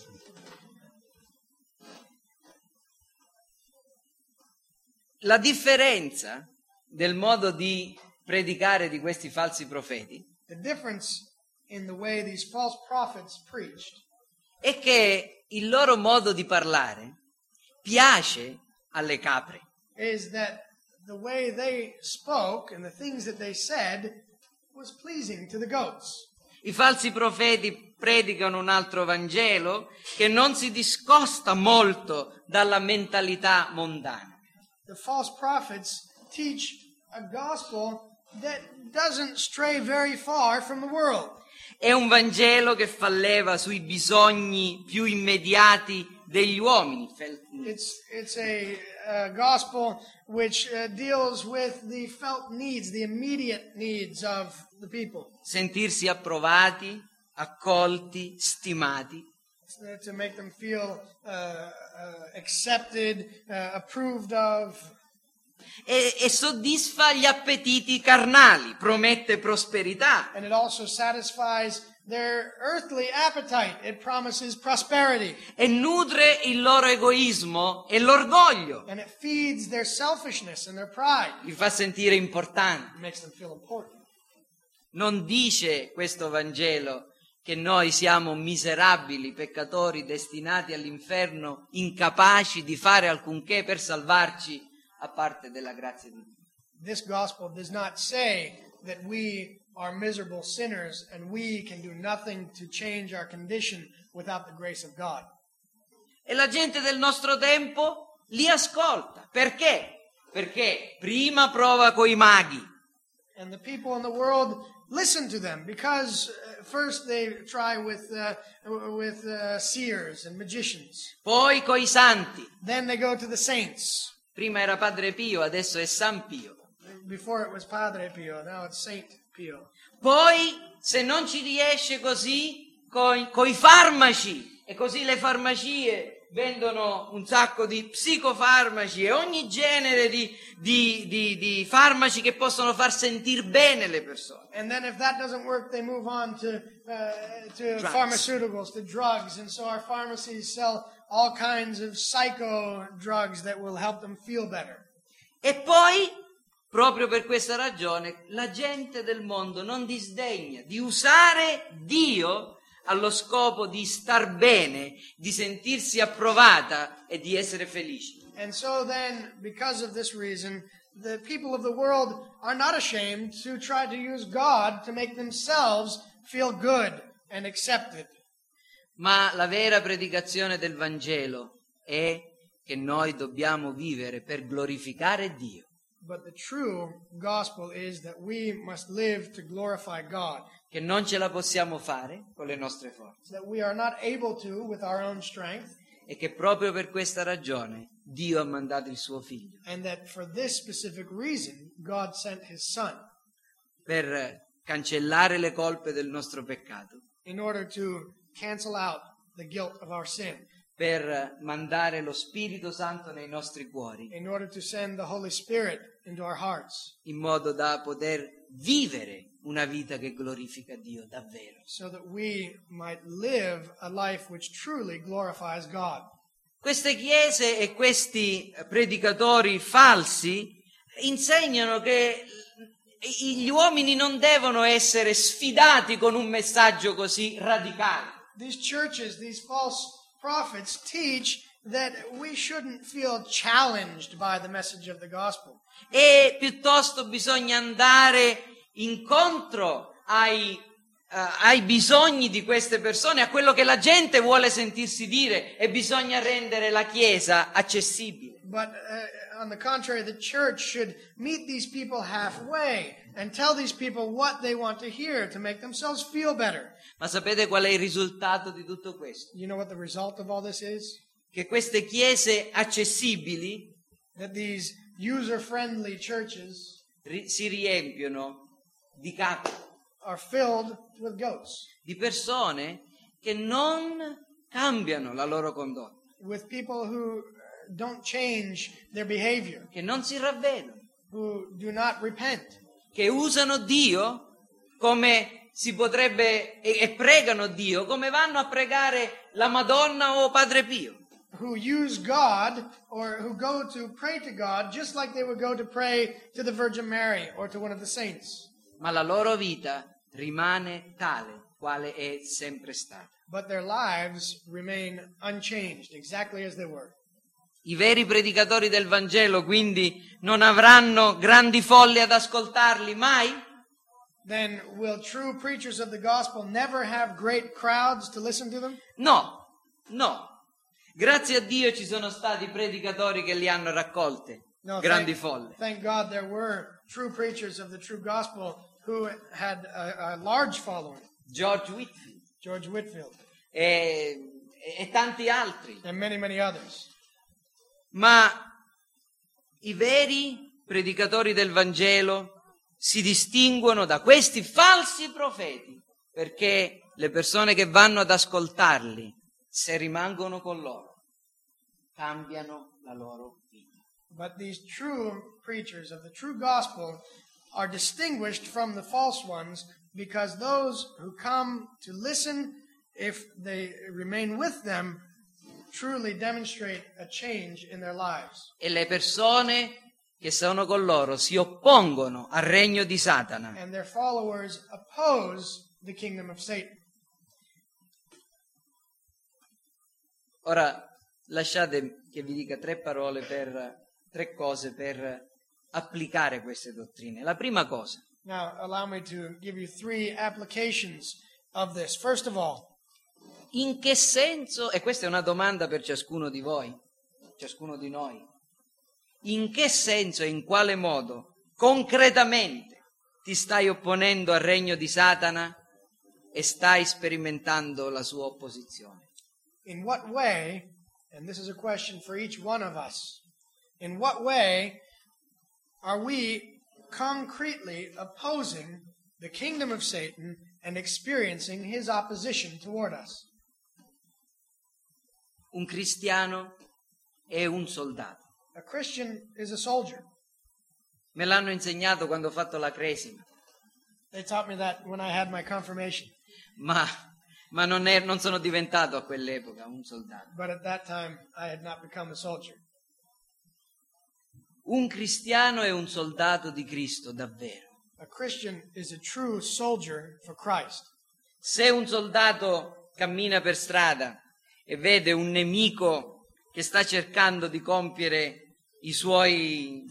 La differenza del modo di predicare di questi falsi profeti The difference in the way these false prophets preached è che il loro modo di parlare piace alle capre. is that the way they spoke and the things that they said was pleasing to the goats. I falsi profeti predicano un altro Vangelo che non si discosta molto dalla mentalità mondana. The false prophets teach a gospel that doesn't stray very far from the world. È un Vangelo che fa leva sui bisogni più immediati degli uomini. It's a gospel which deals with the felt needs, the immediate needs of the people. Sentirsi approvati, accolti, stimati. To make them feel accepted, approved of. E soddisfa gli appetiti carnali, promette prosperità. And it also satisfies their earthly appetite. It promises prosperity. E nutre il loro egoismo e l'orgoglio. And it feeds their selfishness and their pride. Li fa sentire importanti. It makes them feel important. Non dice questo Vangelo che noi siamo miserabili peccatori destinati all'inferno, incapaci di fare alcunché per salvarci a parte della grazia di Dio. this gospel does not say that we are miserable sinners and we can do nothing to change our condition without the grace of God. E la gente del nostro tempo li ascolta. Perché? Perché prima prova coi maghi, And the people in the world listen to them because first they try with seers and magicians. poi coi santi. Then they go to the saints. Prima era Padre Pio, adesso è San Pio. Before it was Padre Pio, now it's Saint Pio. Poi, se non ci riesce così, coi farmaci, e così le farmacie vendono un sacco di psicofarmaci e ogni genere di farmaci che possono far sentire bene le persone. And then if that doesn't work, they move on to Drugs. pharmaceuticals, to drugs. And so our pharmacies sell all kinds of psycho drugs that will help them feel better. E poi, proprio per questa ragione, la gente del mondo non disdegna di usare Dio allo scopo di star bene, di sentirsi approvata e di essere felici. And so then, because of this reason, the people of the world are not ashamed to try to use God to make themselves feel good and accepted. Ma la vera predicazione del Vangelo è che noi dobbiamo vivere per glorificare Dio. But the true gospel is that we must live to glorify God, Che non ce la possiamo fare con le nostre forze that we are not able to with our own strength, e che proprio per questa ragione Dio ha mandato il suo figlio and that for this specific reason, God sent his Son per cancellare le colpe del nostro peccato, in order to cancel out the guilt of our sin, per mandare lo Spirito Santo nei nostri cuori, in order to send the Holy Spirit into our hearts, in modo da poter vivere una vita che glorifica Dio davvero. so that we might live a life which truly glorifies God. Queste chiese e questi predicatori falsi insegnano che gli uomini non devono essere sfidati con un messaggio così radicale. These churches, these false prophets teach that we shouldn't feel challenged by the message of the gospel. E piuttosto bisogna andare incontro ai bisogni di queste persone, a quello che la gente vuole sentirsi dire, e bisogna rendere la Chiesa accessibile. But on the contrary, the church should meet these people halfway and tell these people what they want to hear to make themselves feel better. Ma sapete qual è il risultato di tutto questo? You know what the result of all this is? Che queste chiese accessibili That these user-friendly churches si riempiono di capi, are filled with goats, di persone che non cambiano la loro condotta, with people who don't change their behavior, che non si ravvedono, who do not repent, che usano Dio come si potrebbe e pregano Dio come vanno a pregare la Madonna o Padre Pio. who use God or who go to pray to God just like they would go to pray to the Virgin Mary or to one of the saints. Ma la loro vita rimane tale quale è sempre stata. But their lives remain unchanged, exactly as they were. I veri predicatori del Vangelo quindi non avranno grandi folle ad ascoltarli mai? Then will true preachers of the gospel never have great crowds to listen to them? No, no. Grazie a Dio ci sono stati predicatori che li hanno raccolte, No, grandi folle. thank God there were true preachers of the true gospel who had a large following. George Whitefield George Whitefield e tanti altri. and many, many others. Ma i veri predicatori del Vangelo si distinguono da questi falsi profeti perché le persone che vanno ad ascoltarli, se rimangono con loro, cambiano la loro vita. But these true preachers of the true gospel are distinguished from the false ones because those who come to listen, if they remain with them, truly demonstrate a change in their lives. E le persone che sono con loro si oppongono al regno di Satana. And their followers oppose the kingdom of Satan. Ora lasciate che vi dica tre cose per applicare queste dottrine? La prima cosa, Now, allow me to give you 3 applications of this. First of all, in che senso, e questa è una domanda per ciascuno di voi, ciascuno di noi, in che senso e in quale modo concretamente ti stai opponendo al regno di Satana e stai sperimentando la sua opposizione? in what way, and this is a question for each one of us, in what way are we concretely opposing the kingdom of Satan and experiencing his opposition toward us? Un cristiano è un soldato. A Christian is a soldier. Me l'hanno insegnato quando ho fatto la cresima, They taught me that when I had my confirmation. ma non sono diventato a quell'epoca un soldato. But at that time, I had not become a soldier. Un cristiano è un soldato di Cristo, davvero. A Christian is a true soldier for Christ. Se un soldato cammina per strada e vede un nemico che sta cercando di compiere i suoi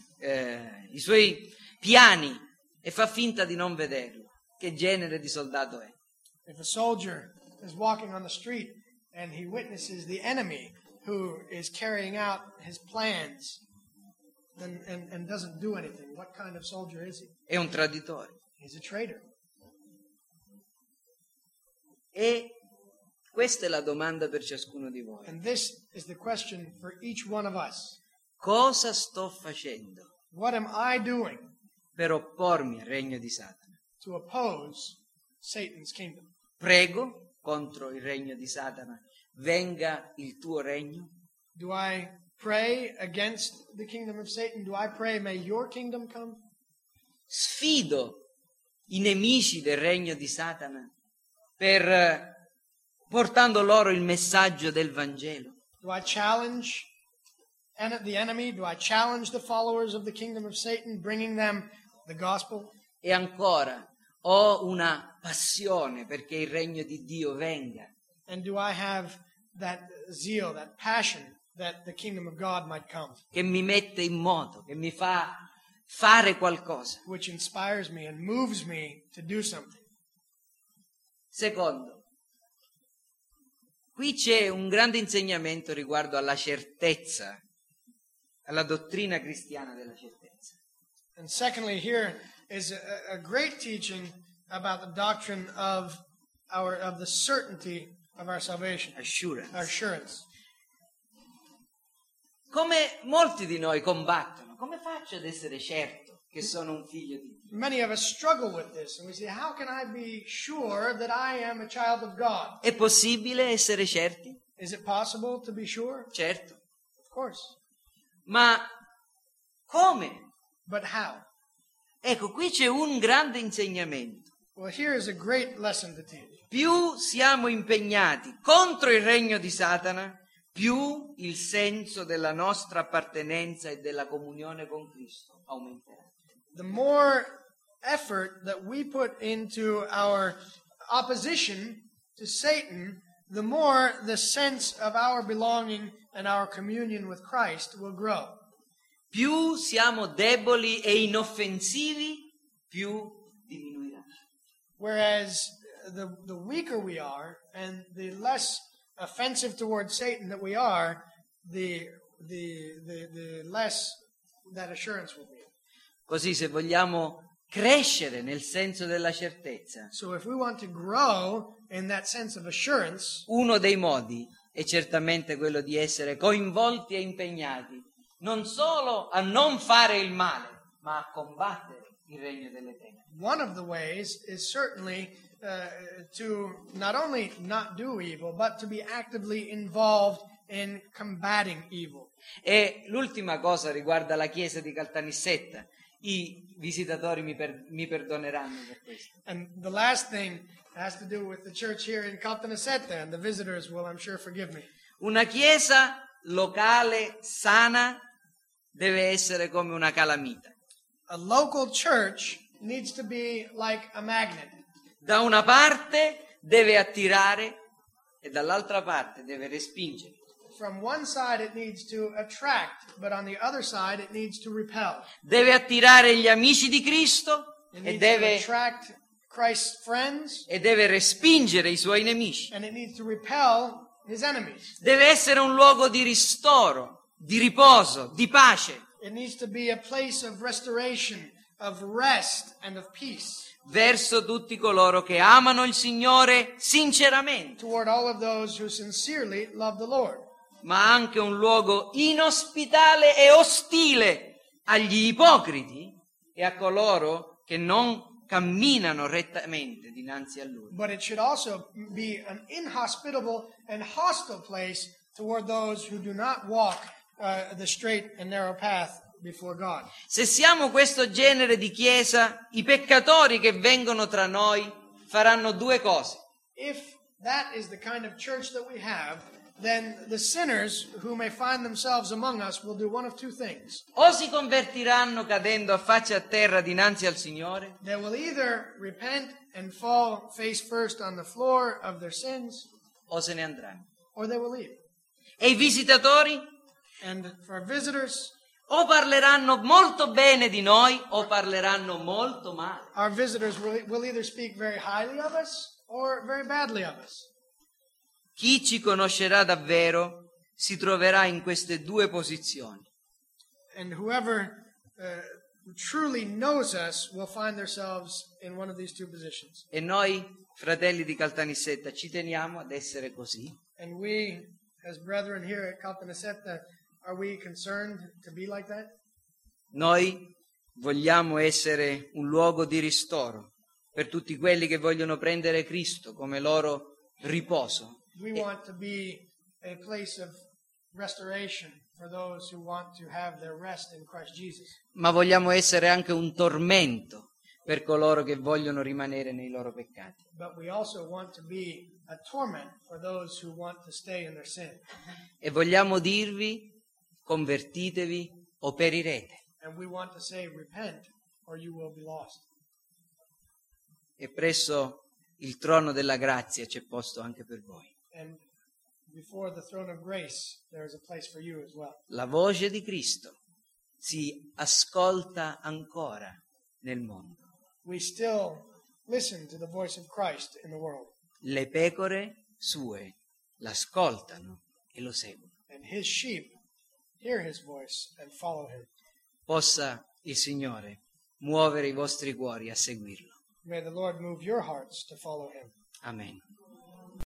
piani e fa finta di non vederlo, che genere di soldato è? If a soldier is walking on the street and he witnesses the enemy who is carrying out his plans and doesn't do anything, what kind of soldier is he? È un traditore. He's a traitor. E questa è la domanda per ciascuno di voi. And this is the question for each one of us. Cosa sto facendo What am I doing per oppormi al regno di Satana? to oppose Satan's kingdom? Prego contro il regno di Satana, venga il tuo regno? Do I pray against the kingdom of Satan? Do I pray, may your kingdom come? Sfido i nemici del regno di Satana portando loro il messaggio del Vangelo. Do I challenge the enemy? Do I challenge the followers of the kingdom of Satan, bringing them the gospel? E ancora, ho una passione perché il regno di Dio venga. And do I have that zeal, that passion that the kingdom of God might come, Che mi mette in moto, che mi fa fare qualcosa. which inspires me and moves me to do something? Secondo, qui c'è un grande insegnamento riguardo alla certezza, alla dottrina cristiana della certezza. And secondly, here is a great teaching about the doctrine of the certainty of our salvation, Assurance. our assurance. Come molti di noi combattono, come faccio ad essere certo che sono un figlio di Dio? Many of us struggle with this, and we say, how can I be sure that I am a child of God? È possibile essere certi? Is it possible to be sure? Certo. Of course. Ma come? But how? Ecco, qui c'è un grande insegnamento. Well, here is a great lesson to teach. Più siamo impegnati contro il regno di Satana, più il senso della nostra appartenenza e della comunione con Cristo aumenterà. The more effort that we put into our opposition to Satan, the more the sense of our belonging and our communion with Christ will grow. Più siamo deboli e inoffensivi, più diminuirà. Whereas the weaker we are and the less offensive towards Satan that we are, the less that assurance will be. Così, se vogliamo crescere nel senso della certezza, So if we want to grow in that sense of assurance, uno dei modi è certamente quello di essere coinvolti e impegnati non solo a non fare il male, ma a combattere il regno delle tenebre. one of the ways is certainly to not only not do evil, but to be actively involved in combating evil. E l'ultima cosa riguarda la chiesa di Caltanissetta. I visitatori mi perdoneranno per questo. And the last thing has to do with the church here in Caltanissetta, and the visitors will, I'm sure, forgive me. Una chiesa locale sana deve essere come una calamita. A local church needs to be like a magnet. Da una parte deve attirare e dall'altra parte deve respingere. from one side it needs to attract, but on the other side it needs to repel. Deve attirare gli amici di Cristo It e needs to deve attract Christ's friends, respingere i suoi nemici. and it needs to repel his enemies. Deve essere un luogo di ristoro, di riposo, di pace It needs to be a place of restoration, of rest, and of peace verso tutti coloro che amano il Signore sinceramente, toward all of those who sincerely love the Lord. ma anche un luogo inospitale e ostile agli ipocriti e a coloro che non camminano rettamente dinanzi a Lui. But it should also be an inhospitable and hostile place toward those who do not walk the straight and narrow path before God. Se siamo questo genere di chiesa, i peccatori che vengono tra noi faranno due cose. If that is the kind of church that we have, then the sinners who may find themselves among us will do one of two things. O si convertiranno cadendo a faccia a terra dinanzi al Signore, They will either repent and fall face first on the floor of their sins, o se ne andranno. or they will leave. E i visitatori And for our visitors, o parleranno molto bene di noi o parleranno molto male. our visitors will either speak very highly of us or very badly of us. Chi ci conoscerà davvero si troverà in queste due posizioni. And whoever truly knows us will find themselves in one of these two positions. E noi, fratelli di Caltanissetta, ci teniamo ad essere così. And we, as brethren here at Caltanissetta, are we concerned to be like that? Noi vogliamo essere un luogo di ristoro per tutti quelli che vogliono prendere Cristo come loro riposo. We want to be a place of restoration for those who want to have their rest in Christ Jesus. Ma vogliamo essere anche un tormento per coloro che vogliono rimanere nei loro peccati. But we also want to be a torment for those who want to stay in their sin. E vogliamo dirvi: convertitevi o perirete. And we want to say, repent, or you will be lost. E presso il trono della grazia c'è posto anche per voi. And before the throne of grace, there is a place for you as well. La voce di Cristo si ascolta ancora nel mondo. We still listen to the voice of Christ in the world. Le pecore sue l'ascoltano e lo seguono. And his sheep hear his voice and follow him. Possa il Signore muovere i vostri cuori a seguirlo. May the Lord move your hearts to follow him. Amen.